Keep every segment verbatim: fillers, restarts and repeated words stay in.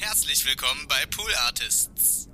Herzlich willkommen bei Pool Artists.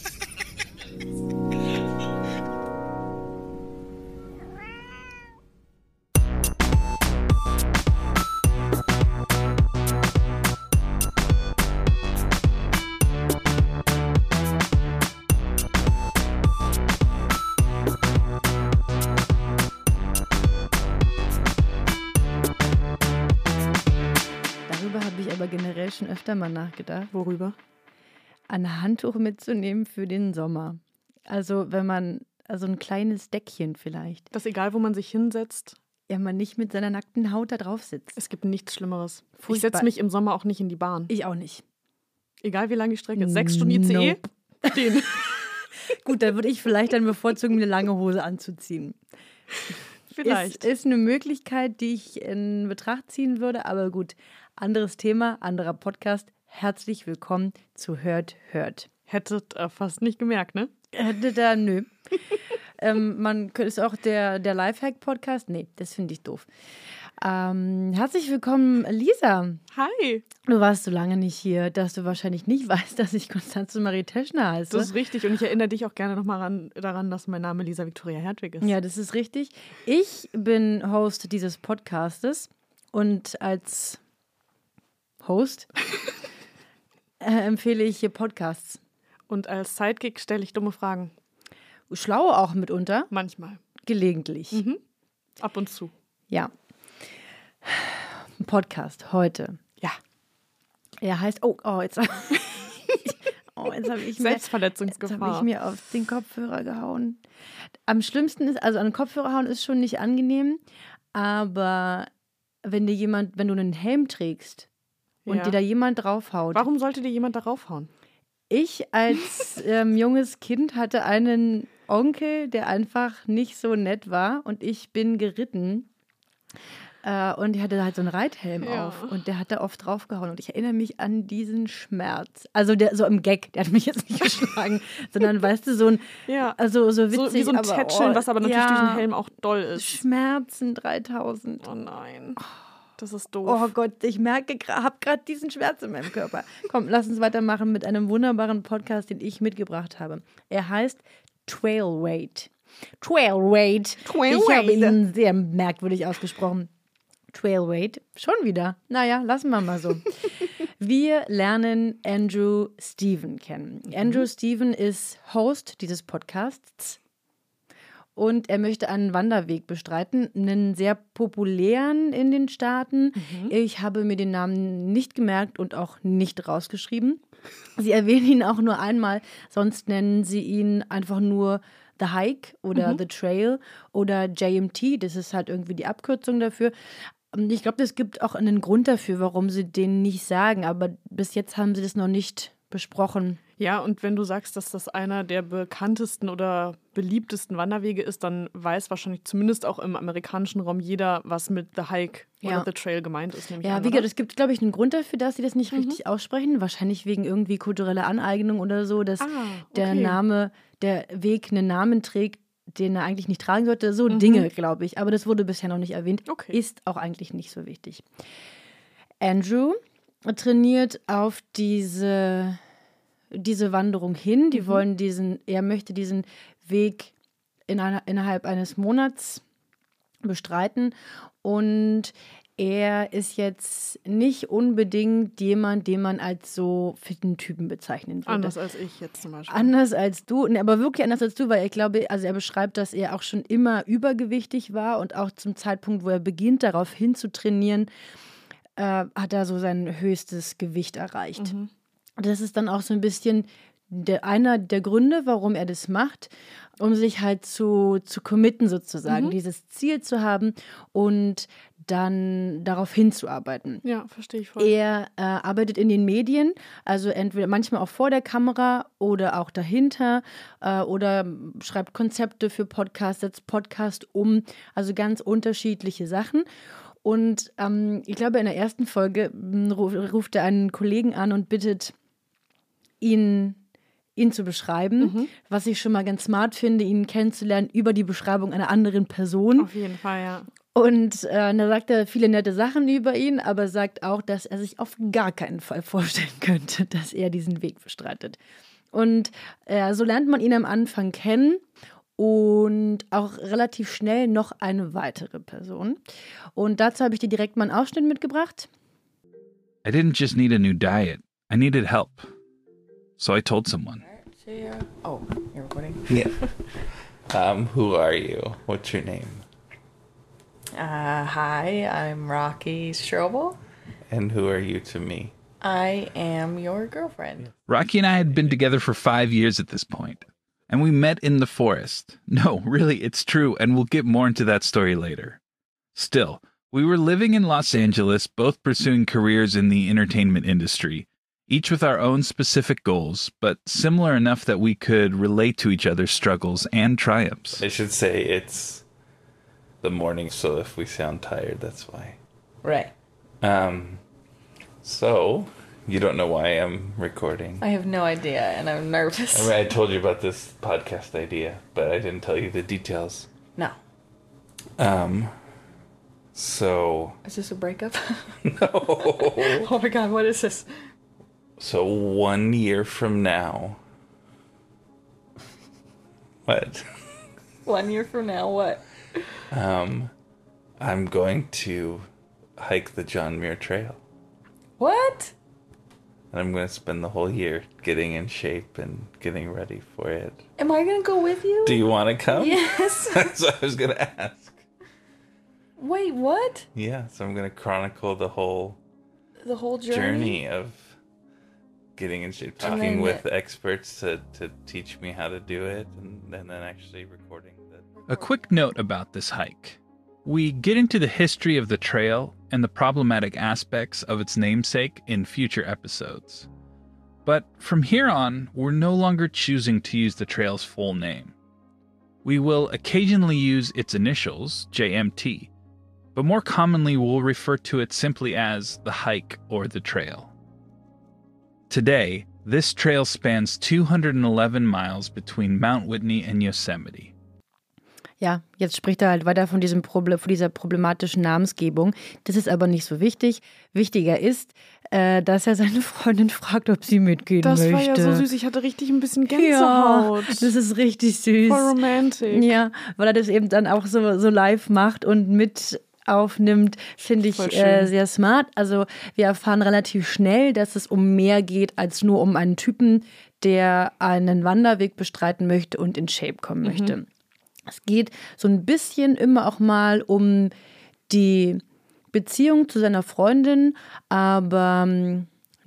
Generell schon öfter mal nachgedacht. Worüber? Ein Handtuch mitzunehmen für den Sommer. Also wenn man, also ein kleines Deckchen vielleicht. Das egal, wo man sich hinsetzt. Ja, man nicht mit seiner nackten Haut da drauf sitzt. Es gibt nichts Schlimmeres. Furchtbar. Ich setze mich im Sommer auch nicht in die Bahn. Ich auch nicht. Egal wie lang die Strecke ist. Sechs Stunden I C E? Nope. Stehen. Gut, dann würde ich vielleicht dann bevorzugen, eine lange Hose anzuziehen. Vielleicht. Ist, ist eine Möglichkeit, die ich in Betracht ziehen würde, aber gut. Anderes Thema, anderer Podcast. Herzlich willkommen zu Hört, Hört. Hättet ihr fast nicht gemerkt, ne? Hätte da, nö. ähm, man ist auch der, der Lifehack-Podcast. Nee, das finde ich doof. Ähm, herzlich willkommen, Lisa. Hi. Du warst so lange nicht hier, dass du wahrscheinlich nicht weißt, dass ich Konstanze Marie Teschner heiße. Das ist richtig und ich erinnere dich auch gerne nochmal ran, daran, dass mein Name Lisa Victoria Hertwig ist. Ja, das ist richtig. Ich bin Host dieses Podcastes und als Host äh, empfehle ich hier Podcasts. Und als Sidekick stelle ich dumme Fragen. Schlaue auch mitunter. Manchmal. Gelegentlich. Mhm. Ab und zu. Ja. Ein Podcast heute. Ja. Er heißt, oh, oh, jetzt, oh, jetzt habe ich, Selbstverletzungsgefahr. Jetzt hab ich mir auf den Kopfhörer gehauen. Am schlimmsten ist, also an den Kopfhörer hauen ist schon nicht angenehm, aber wenn dir jemand, wenn du einen Helm trägst und ja. dir da jemand draufhaut. Warum sollte dir jemand darauf hauen? Ich als ähm, junges Kind hatte einen Onkel, der einfach nicht so nett war und ich bin geritten. Äh, und der hatte halt so einen Reithelm ja. auf und der hat da oft draufgehauen. Und ich erinnere mich an diesen Schmerz. Also der so im Gag, der hat mich jetzt nicht geschlagen, sondern weißt du, so ein, ja. also so witzig. So, wie so ein aber, Tätscheln, oh, was aber natürlich ja, durch den Helm auch doll ist. Schmerzen dreitausend. Oh nein, das ist doof. Oh Gott, ich merke, habe gerade diesen Schmerz in meinem Körper. Komm, lass uns weitermachen mit einem wunderbaren Podcast, den ich mitgebracht habe. Er heißt Trailweight. Trailweight. Trailweight. Ich habe ihn sehr merkwürdig ausgesprochen. Trailweight. Schon wieder. Naja, lassen wir mal so. Wir lernen Andrew Steven kennen. Mhm. Andrew Steven ist Host dieses Podcasts und er möchte einen Wanderweg bestreiten, einen sehr populären in den Staaten. Mhm. Ich habe mir den Namen nicht gemerkt und auch nicht rausgeschrieben. Sie erwähnen ihn auch nur einmal, sonst nennen sie ihn einfach nur The Hike oder mhm. The Trail oder J M T. Das ist halt irgendwie die Abkürzung dafür. Ich glaube, es gibt auch einen Grund dafür, warum sie den nicht sagen, aber bis jetzt haben sie das noch nicht besprochen. Ja, und wenn du sagst, dass das einer der bekanntesten oder beliebtesten Wanderwege ist, dann weiß wahrscheinlich zumindest auch im amerikanischen Raum jeder, was mit The Hike ja. oder The Trail gemeint ist. Ja, an, wie gesagt, es gibt, glaube ich, einen Grund dafür, dass sie das nicht mhm. richtig aussprechen. Wahrscheinlich wegen irgendwie kultureller Aneignung oder so, dass ah, okay. der Name, der Weg einen Namen trägt, den er eigentlich nicht tragen sollte. So mhm. Dinge, glaube ich. Aber das wurde bisher noch nicht erwähnt. Okay. Ist auch eigentlich nicht so wichtig. Andrew trainiert auf diese, diese Wanderung hin. Die mhm. wollen diesen, er möchte diesen Weg in einer, innerhalb eines Monats bestreiten. Und er ist jetzt nicht unbedingt jemand, den man als so fitten Typen bezeichnen würde. Anders als ich jetzt zum Beispiel. Anders als du, ne, aber wirklich anders als du, weil ich glaube, also er beschreibt, dass er auch schon immer übergewichtig war und auch zum Zeitpunkt, wo er beginnt, darauf hin zu trainieren, äh, hat er so sein höchstes Gewicht erreicht. Mhm. Das ist dann auch so ein bisschen der, einer der Gründe, warum er das macht, um sich halt zu, zu committen sozusagen, mhm. dieses Ziel zu haben und dann darauf hinzuarbeiten. Ja, verstehe ich voll. Er äh, arbeitet in den Medien, also entweder manchmal auch vor der Kamera oder auch dahinter äh, oder schreibt Konzepte für Podcasts, setzt Podcast um, also ganz unterschiedliche Sachen. Und ähm, ich glaube, in der ersten Folge ruft er einen Kollegen an und bittet ihn, ihn zu beschreiben, mhm. was ich schon mal ganz smart finde, ihn kennenzulernen über die Beschreibung einer anderen Person. Auf jeden Fall, ja. Und äh, da sagt er viele nette Sachen über ihn, aber sagt auch, dass er sich auf gar keinen Fall vorstellen könnte, dass er diesen Weg bestreitet. Und äh, so lernt man ihn am Anfang kennen und auch relativ schnell noch eine weitere Person. Und dazu habe ich dir direkt mal einen Ausschnitt mitgebracht. I didn't just need a new diet. I needed help. So I told someone. Oh, you're recording? Yeah. Um, who are you? What's your name? Uh, hi, I'm Rocky Strobel. And who are you to me? I am your girlfriend. Rocky and I had been together for five years at this point, and we met in the forest. No, really, it's true, and we'll get more into that story later. Still, we were living in Los Angeles, both pursuing careers in the entertainment industry, each with our own specific goals, but similar enough that we could relate to each other's struggles and triumphs. I should say it's the morning, so if we sound tired, that's why. Right. Um, so, you don't know why I'm recording. I have no idea, and I'm nervous. I mean, I told you about this podcast idea, but I didn't tell you the details. No. Um, so... Is this a breakup? No. Oh my god, what is this? So one year from now... What? One year from now, what? Um, I'm going to hike the John Muir Trail. What? And I'm going to spend the whole year getting in shape and getting ready for it. Am I going to go with you? Do you want to come? Yes. That's what I was going to ask. Wait, what? Yeah, so I'm going to chronicle the whole The whole journey? journey of getting in shape, And talking then with the- experts to, to teach me how to do it, and, and then actually recording the... A quick note about this hike. We get into the history of the trail and the problematic aspects of its namesake in future episodes. But from here on, we're no longer choosing to use the trail's full name. We will occasionally use its initials, J M T, but more commonly we'll refer to it simply as the hike or the trail. Today, this trail spans two hundred eleven miles between Mount Whitney and Yosemite. Ja, jetzt spricht er halt weiter von, diesem Problem, von dieser problematischen Namensgebung. Das ist aber nicht so wichtig. Wichtiger ist, äh, dass er seine Freundin fragt, ob sie mitgehen Das möchte. war ja so süß. Ich hatte richtig ein bisschen Gänsehaut. Ja, das ist richtig süß. Voll romantic. Ja, weil er das eben dann auch so, so live macht und mit aufnimmt, finde ich Voll schön. äh, sehr smart. Also wir erfahren relativ schnell, dass es um mehr geht als nur um einen Typen, der einen Wanderweg bestreiten möchte und in Shape kommen möchte. Mhm. Es geht so ein bisschen immer auch mal um die Beziehung zu seiner Freundin, aber ähm,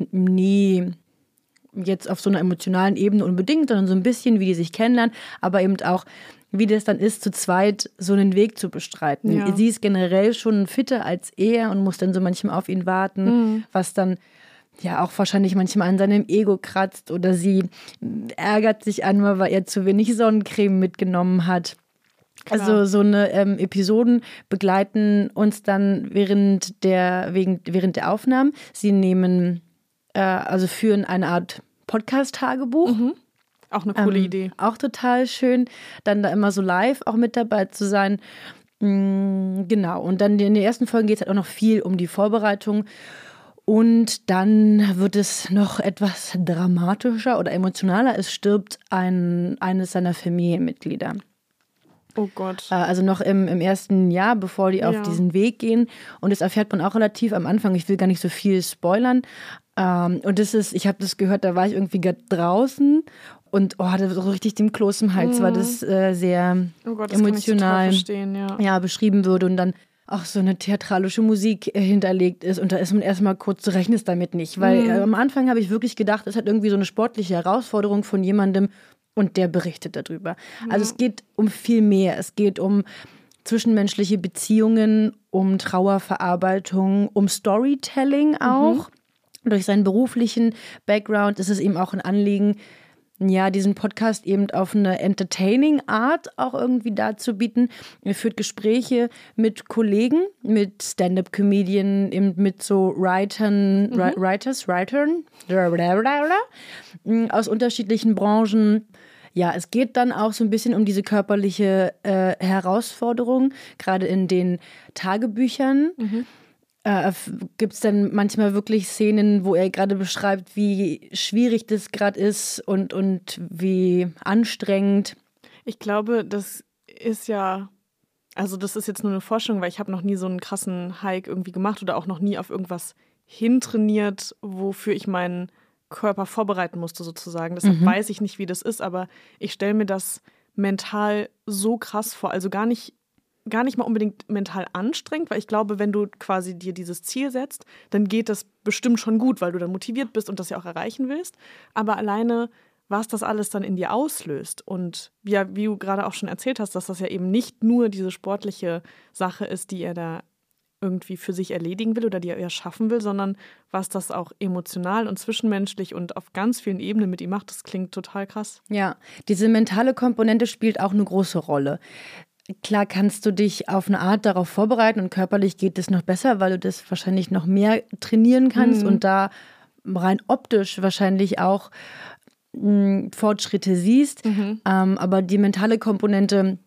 nie jetzt auf so einer emotionalen Ebene unbedingt, sondern so ein bisschen, wie die sich kennenlernen, aber eben auch, wie das dann ist, zu zweit so einen Weg zu bestreiten. Ja. Sie ist generell schon fitter als er und muss dann so manchmal auf ihn warten, Mhm. was dann ja auch wahrscheinlich manchmal an seinem Ego kratzt, oder sie ärgert sich einmal, weil er zu wenig Sonnencreme mitgenommen hat. Also so eine ähm, Episoden begleiten uns dann während der, wegen, während der Aufnahmen. Sie nehmen, äh, also führen eine Art Podcast-Tagebuch. Mhm. Auch eine coole Ähm, Idee. Auch total schön, dann da immer so live auch mit dabei zu sein. Mm, genau, und dann in den ersten Folgen geht es halt auch noch viel um die Vorbereitung. Und dann wird es noch etwas dramatischer oder emotionaler. Es stirbt ein, eines seiner Familienmitglieder. Oh Gott. Äh, Also noch im, im ersten Jahr, bevor die auf Ja. diesen Weg gehen. Und das erfährt man auch relativ am Anfang. Ich will gar nicht so viel spoilern. Ähm, und das ist, ich habe das gehört, da war ich irgendwie gerade draußen und oh, da so richtig dem Kloß im Hals, Mhm. weil das äh, sehr Oh Gott, das kann ich total emotional verstehen, ja. ja, beschrieben würde und dann auch so eine theatralische Musik äh, hinterlegt ist. Und da ist man erstmal kurz, du rechnest damit nicht. Weil Mhm. äh, am Anfang habe ich wirklich gedacht, es hat irgendwie so eine sportliche Herausforderung von jemandem und der berichtet darüber. Also es geht um viel mehr. Es geht um zwischenmenschliche Beziehungen, um Trauerverarbeitung, um Storytelling auch. Durch seinen beruflichen Background ist es ihm auch ein Anliegen, ja, diesen Podcast eben auf eine entertaining Art auch irgendwie darzubieten. Er führt Gespräche mit Kollegen, mit Stand-up-Comedian, eben mit so Writern, Mhm. Writers, Writern, aus unterschiedlichen Branchen. ja, es geht dann auch so ein bisschen um diese körperliche äh, Herausforderung, gerade in den Tagebüchern. Mhm. Äh, gibt es dann manchmal wirklich Szenen, wo er gerade beschreibt, wie schwierig das gerade ist und, und wie anstrengend. Ich glaube, das ist ja, also das ist jetzt nur eine Forschung, weil ich habe noch nie so einen krassen Hike irgendwie gemacht oder auch noch nie auf irgendwas hintrainiert, wofür ich meinen Körper vorbereiten musste sozusagen. Deshalb mhm. weiß ich nicht, wie das ist, aber ich stelle mir das mental so krass vor. Also gar nicht gar nicht mal unbedingt mental anstrengend, weil ich glaube, wenn du quasi dir dieses Ziel setzt, dann geht das bestimmt schon gut, weil du dann motiviert bist und das ja auch erreichen willst. Aber alleine, was das alles dann in dir auslöst und ja, wie du gerade auch schon erzählt hast, dass das ja eben nicht nur diese sportliche Sache ist, die er da irgendwie für sich erledigen will oder die er schaffen will, sondern was das auch emotional und zwischenmenschlich und auf ganz vielen Ebenen mit ihm macht, das klingt total krass. Ja, diese mentale Komponente spielt auch eine große Rolle. Klar kannst du dich auf eine Art darauf vorbereiten und körperlich geht es noch besser, weil du das wahrscheinlich noch mehr trainieren kannst mhm. und da rein optisch wahrscheinlich auch mh, Fortschritte siehst. Mhm. Ähm, aber die mentale Komponente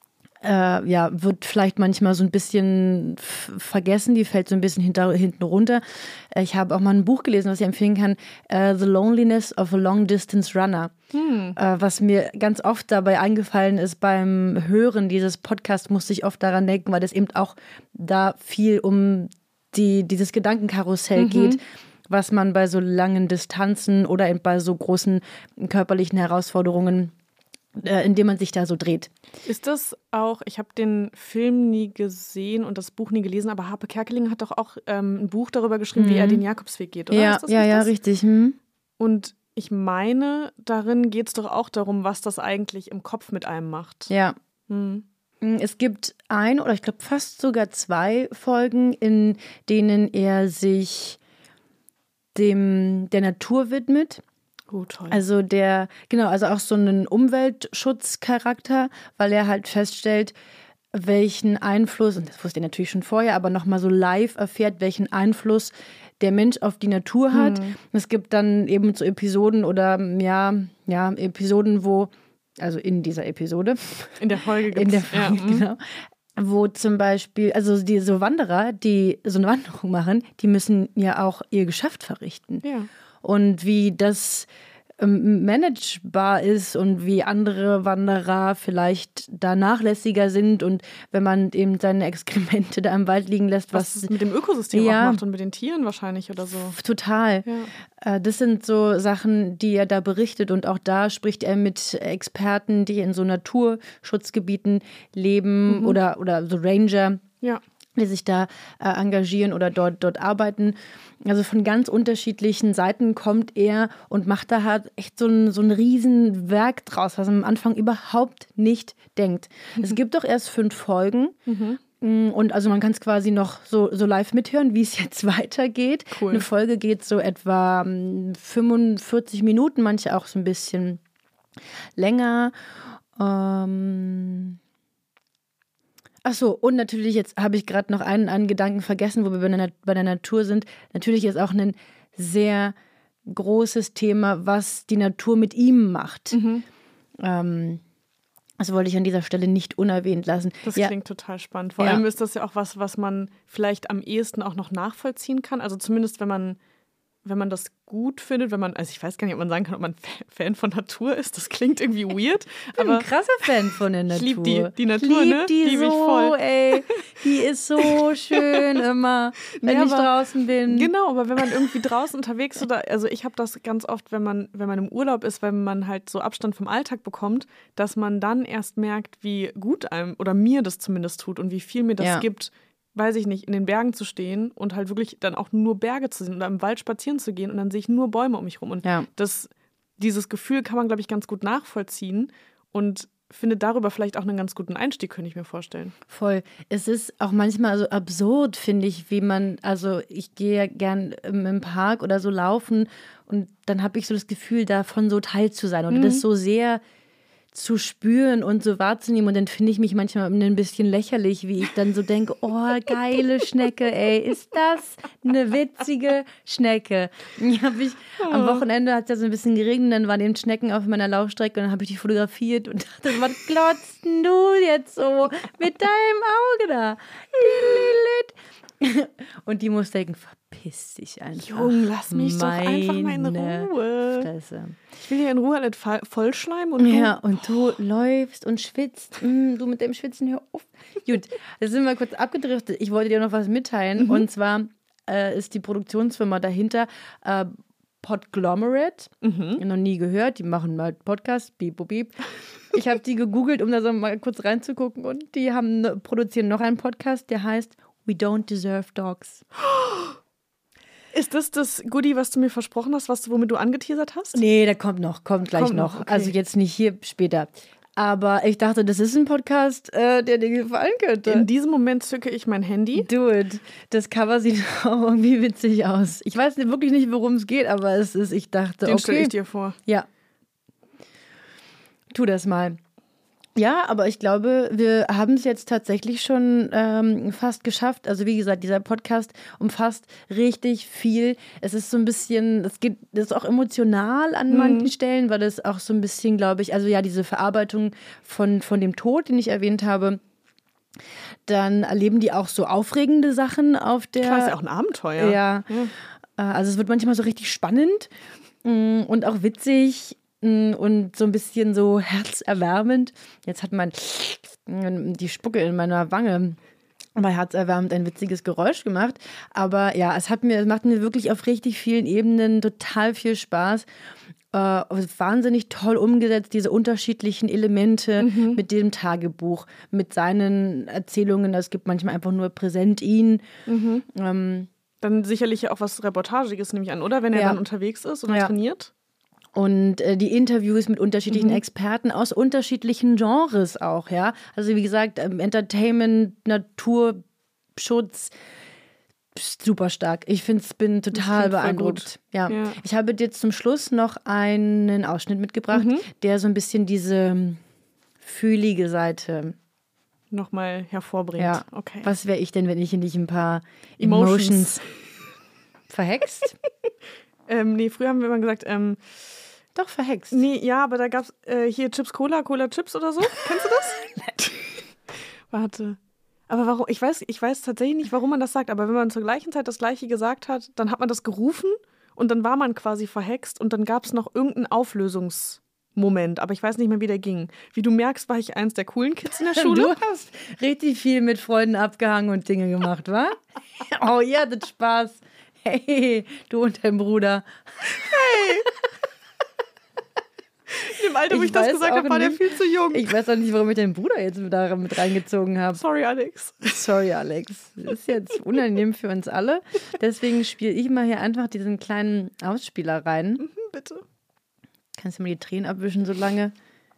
äh, ja, wird vielleicht manchmal so ein bisschen f- vergessen, die fällt so ein bisschen hinter, hinten runter. Ich habe auch mal ein Buch gelesen, was ich empfehlen kann, uh, The Loneliness of a Long Distance Runner. Hm. Uh, was mir ganz oft dabei eingefallen ist beim Hören dieses Podcasts, musste ich oft daran denken, weil es eben auch da viel um die, dieses Gedankenkarussell mhm. geht, was man bei so langen Distanzen oder eben bei so großen körperlichen Herausforderungen, in dem man sich da so dreht. Ist das auch, ich habe den Film nie gesehen und das Buch nie gelesen, aber Harpe Kerkeling hat doch auch ähm, ein Buch darüber geschrieben, mhm. wie er den Jakobsweg geht, oder? Ja, ist das ja, ja, richtig. Hm. Und ich meine, darin geht es doch auch darum, was das eigentlich im Kopf mit einem macht. Ja. Hm. Es gibt ein oder ich glaube fast sogar zwei Folgen, in denen er sich dem der Natur widmet. Oh, toll. Also der, genau, also auch so einen Umweltschutzcharakter, weil er halt feststellt, welchen Einfluss, und das wusste er natürlich schon vorher, aber nochmal so live erfährt, welchen Einfluss der Mensch auf die Natur hat. Hm. Es gibt dann eben so Episoden oder ja, ja, Episoden, wo, also in dieser Episode. In der Folge gibt's. In der Folge, ja. Genau. Wo zum Beispiel, also die so Wanderer, die so eine Wanderung machen, die müssen ja auch ihr Geschäft verrichten. Ja. Und wie das ähm, managebar ist und wie andere Wanderer vielleicht da nachlässiger sind und wenn man eben seine Exkremente da im Wald liegen lässt. Was, was es mit dem Ökosystem ja, auch macht und mit den Tieren wahrscheinlich oder so. Total. Ja. Äh, das sind so Sachen, die er da berichtet und auch da spricht er mit Experten, die in so Naturschutzgebieten leben mhm. oder, oder so Ranger. Ja. Die sich da äh, engagieren oder dort, dort arbeiten. Also von ganz unterschiedlichen Seiten kommt er und macht da halt echt so ein, so ein Riesenwerk draus, was man am Anfang überhaupt nicht denkt. Mhm. Es gibt doch erst fünf Folgen. Mhm. Und also man kann es quasi noch so, so live mithören, wie es jetzt weitergeht. Cool. Eine Folge geht so etwa fünfundvierzig Minuten, manche auch so ein bisschen länger. Ähm... Ach so, und natürlich, jetzt habe ich gerade noch einen, einen Gedanken vergessen, wo wir bei der, bei der Natur sind. Natürlich ist auch ein sehr großes Thema, was die Natur mit ihm macht. Mhm. Ähm, das wollte ich an dieser Stelle nicht unerwähnt lassen. Das ja. klingt total spannend. Vor ja. allem ist das ja auch was, was man vielleicht am ehesten auch noch nachvollziehen kann. Also zumindest, wenn man, wenn man das gut findet, wenn man, also ich weiß gar nicht, ob man sagen kann, ob man Fan von Natur ist. Das klingt irgendwie weird. Ich bin aber ein krasser Fan von der Natur. Ich liebe die, die Natur, ich lieb ne? Die lieb so, ich voll. Ey. Die ist so schön immer, wenn ja, ich aber, draußen bin. Genau, aber wenn man irgendwie draußen unterwegs oder, also ich habe das ganz oft, wenn man, wenn man im Urlaub ist, wenn man halt so Abstand vom Alltag bekommt, dass man dann erst merkt, wie gut einem oder mir das zumindest tut und wie viel mir das ja. gibt, weiß ich nicht, in den Bergen zu stehen und halt wirklich dann auch nur Berge zu sehen oder im Wald spazieren zu gehen und dann sehe ich nur Bäume um mich rum. Und ja. das, dieses Gefühl kann man, glaube ich, ganz gut nachvollziehen und finde darüber vielleicht auch einen ganz guten Einstieg, könnte ich mir vorstellen. Voll. Es ist auch manchmal so absurd, finde ich, wie man, also ich gehe ja gern im Park oder so laufen und dann habe ich so das Gefühl, davon so Teil zu sein oder mhm. das so sehr zu spüren und so wahrzunehmen. Und dann finde ich mich manchmal ein bisschen lächerlich, wie ich dann so denke, oh, geile Schnecke, ey, ist das eine witzige Schnecke? Die habe ich, am Wochenende hat es ja so ein bisschen geregnet, dann waren eben Schnecken auf meiner Laufstrecke und dann habe ich die fotografiert und dachte, was glotzt denn du jetzt so mit deinem Auge da? Und die muss denken, verpiss dich einfach. Jung, lass mich doch einfach mal in Meine Ruhe. Fresse. Ich will hier in Ruhe nicht fa- vollschleimen und Ja, und du läufst und schwitzt. Mm, du mit dem Schwitzen, hör auf. Gut, jetzt sind wir kurz abgedriftet. Ich wollte dir noch was mitteilen. Mhm. Und zwar äh, ist die Produktionsfirma dahinter äh, Podglomerate. Mhm. Noch nie gehört. Die machen mal Podcasts. Beep, boop, beep. Ich habe die gegoogelt, um da so mal kurz reinzugucken. Und die haben produzieren noch einen Podcast, der heißt We Don't Deserve Dogs. Ist das das Goodie, was du mir versprochen hast, was du, womit du angeteasert hast? Nee, der kommt noch, kommt gleich Kommt noch. noch, okay. Also jetzt nicht hier, später. Aber ich dachte, das ist ein Podcast, äh, der dir gefallen könnte. In diesem Moment zücke ich mein Handy. Do it. Das Cover sieht auch irgendwie witzig aus. Ich weiß wirklich nicht, worum es geht, aber es ist, ich dachte, Den stelle okay. ich dir vor. Ja. Tu das mal. Ja, aber ich glaube, wir haben es jetzt tatsächlich schon ähm, fast geschafft. Also wie gesagt, dieser Podcast umfasst richtig viel. Es ist so ein bisschen, es geht, das ist auch emotional an Mhm. manchen Stellen, weil es auch so ein bisschen, glaube ich, also ja, diese Verarbeitung von, von dem Tod, den ich erwähnt habe. Dann erleben die auch so aufregende Sachen auf der... Klar, ist ja auch ein Abenteuer. Ja. Äh, Also es wird manchmal so richtig spannend mh, und auch witzig mh, und so ein bisschen so herzerwärmend. Jetzt hat man die Spucke in meiner Wange bei herzerwärmend ein witziges Geräusch gemacht. Aber ja, es hat mir, es macht mir wirklich auf richtig vielen Ebenen total viel Spaß. Äh, wahnsinnig toll umgesetzt, diese unterschiedlichen Elemente mit dem Tagebuch, mit seinen Erzählungen. Es gibt manchmal einfach nur präsent ihn. Ähm, Dann sicherlich ja auch was Reportagiges, nehme ich an, oder? Wenn er Ja. dann unterwegs ist oder Ja. trainiert. Und äh, die Interviews mit unterschiedlichen Experten aus unterschiedlichen Genres auch, ja. Also wie gesagt, ähm, Entertainment, Naturschutz, super stark. Ich finde es bin total klingt voll beeindruckt. gut. Ja. Ja. Ich habe dir zum Schluss noch einen Ausschnitt mitgebracht, Mhm. der so ein bisschen diese ähm, fühlige Seite. Nochmal hervorbringt. Ja. Okay. Was wäre ich denn, wenn ich in dich ein paar Emotions. Emotions, verhext? Ähm, nee, früher haben wir immer gesagt, ähm, Doch, verhext. nee, ja, aber da gab's äh, hier Chips Cola, Cola Chips oder so. Kennst du das? Warte. Aber warum? Ich weiß, ich weiß tatsächlich nicht, warum man das sagt, aber wenn man zur gleichen Zeit das Gleiche gesagt hat, dann hat man das gerufen und dann war man quasi verhext und dann gab es noch irgendeinen Auflösungsmoment, aber ich weiß nicht mehr, wie der ging. Wie du merkst, war ich eins der coolen Kids in der Schule. Du hast richtig viel mit Freunden abgehangen und Dinge gemacht, wa? Oh, ihr hattet Spaß. Hey, du und dein Bruder. In dem Alter, wo ich, Ich das weiß gesagt auch habe, war der nicht. viel zu jung. Ich weiß auch nicht, warum ich deinen Bruder jetzt da mit reingezogen habe. Sorry, Alex. Sorry, Alex. Das ist jetzt unangenehm für uns alle. Deswegen spiele ich mal hier einfach diesen kleinen Ausspieler rein. Hm, bitte. Kannst du mir die Tränen abwischen so lange?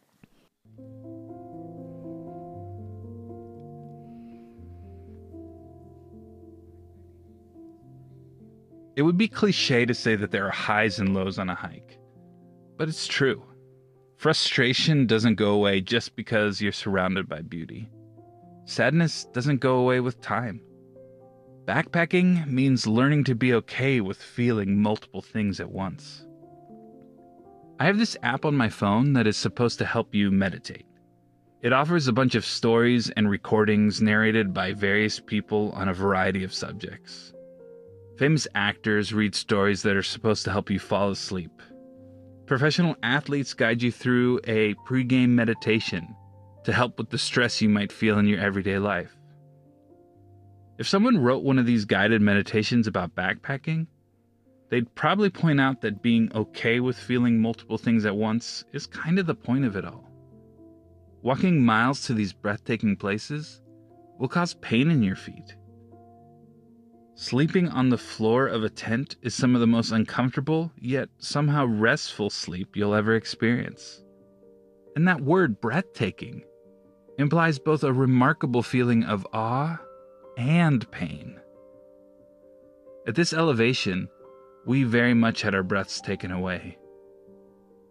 It would be cliche to say that there are highs and lows on a hike, but it's true. Frustration doesn't go away just because you're surrounded by beauty. Sadness doesn't go away with time. Backpacking means learning to be okay with feeling multiple things at once. I have this app on my phone that is supposed to help you meditate. It offers a bunch of stories and recordings narrated by various people on a variety of subjects. Famous actors read stories that are supposed to help you fall asleep. Professional athletes guide you through a pre-game meditation to help with the stress you might feel in your everyday life. If someone wrote one of these guided meditations about backpacking, they'd probably point out that being okay with feeling multiple things at once is kind of the point of it all. Walking miles to these breathtaking places will cause pain in your feet. Sleeping on the floor of a tent is some of the most uncomfortable, yet somehow restful sleep you'll ever experience. And that word, breathtaking, implies both a remarkable feeling of awe and pain. At this elevation, we very much had our breaths taken away.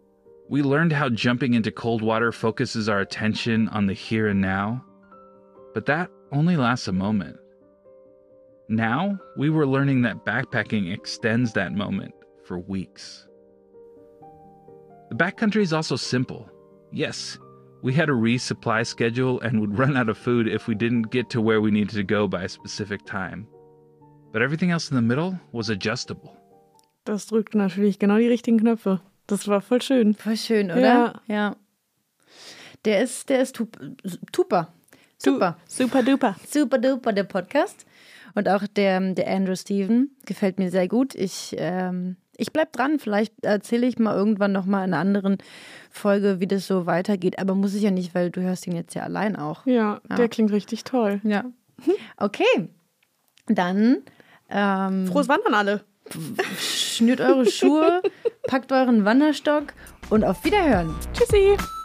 We learned how jumping into cold water focuses our attention on the here and now, but that only lasts a moment. Now, we were learning that backpacking extends that moment for weeks. The backcountry is also simple. Yes, we had a resupply schedule and would run out of food if we didn't get to where we needed to go by a specific time. But everything else in the middle was adjustable. Das drückt natürlich genau die richtigen Knöpfe. Das war voll schön. Voll schön, oder? Ja. ja. Der ist, der ist tup- super. Super. Super duper. Super duper, der Podcast. Und auch der, der Andrew Steven gefällt mir sehr gut. Ich, ähm, ich bleib dran. Vielleicht erzähle ich mal irgendwann nochmal in einer anderen Folge, wie das so weitergeht. Aber muss ich ja nicht, weil du hörst ihn jetzt ja allein auch. Ja, Ja. der klingt richtig toll. Ja. Okay. Dann ähm, Frohes Wandern alle. schnürt eure Schuhe, packt euren Wanderstock und auf Wiederhören. Tschüssi.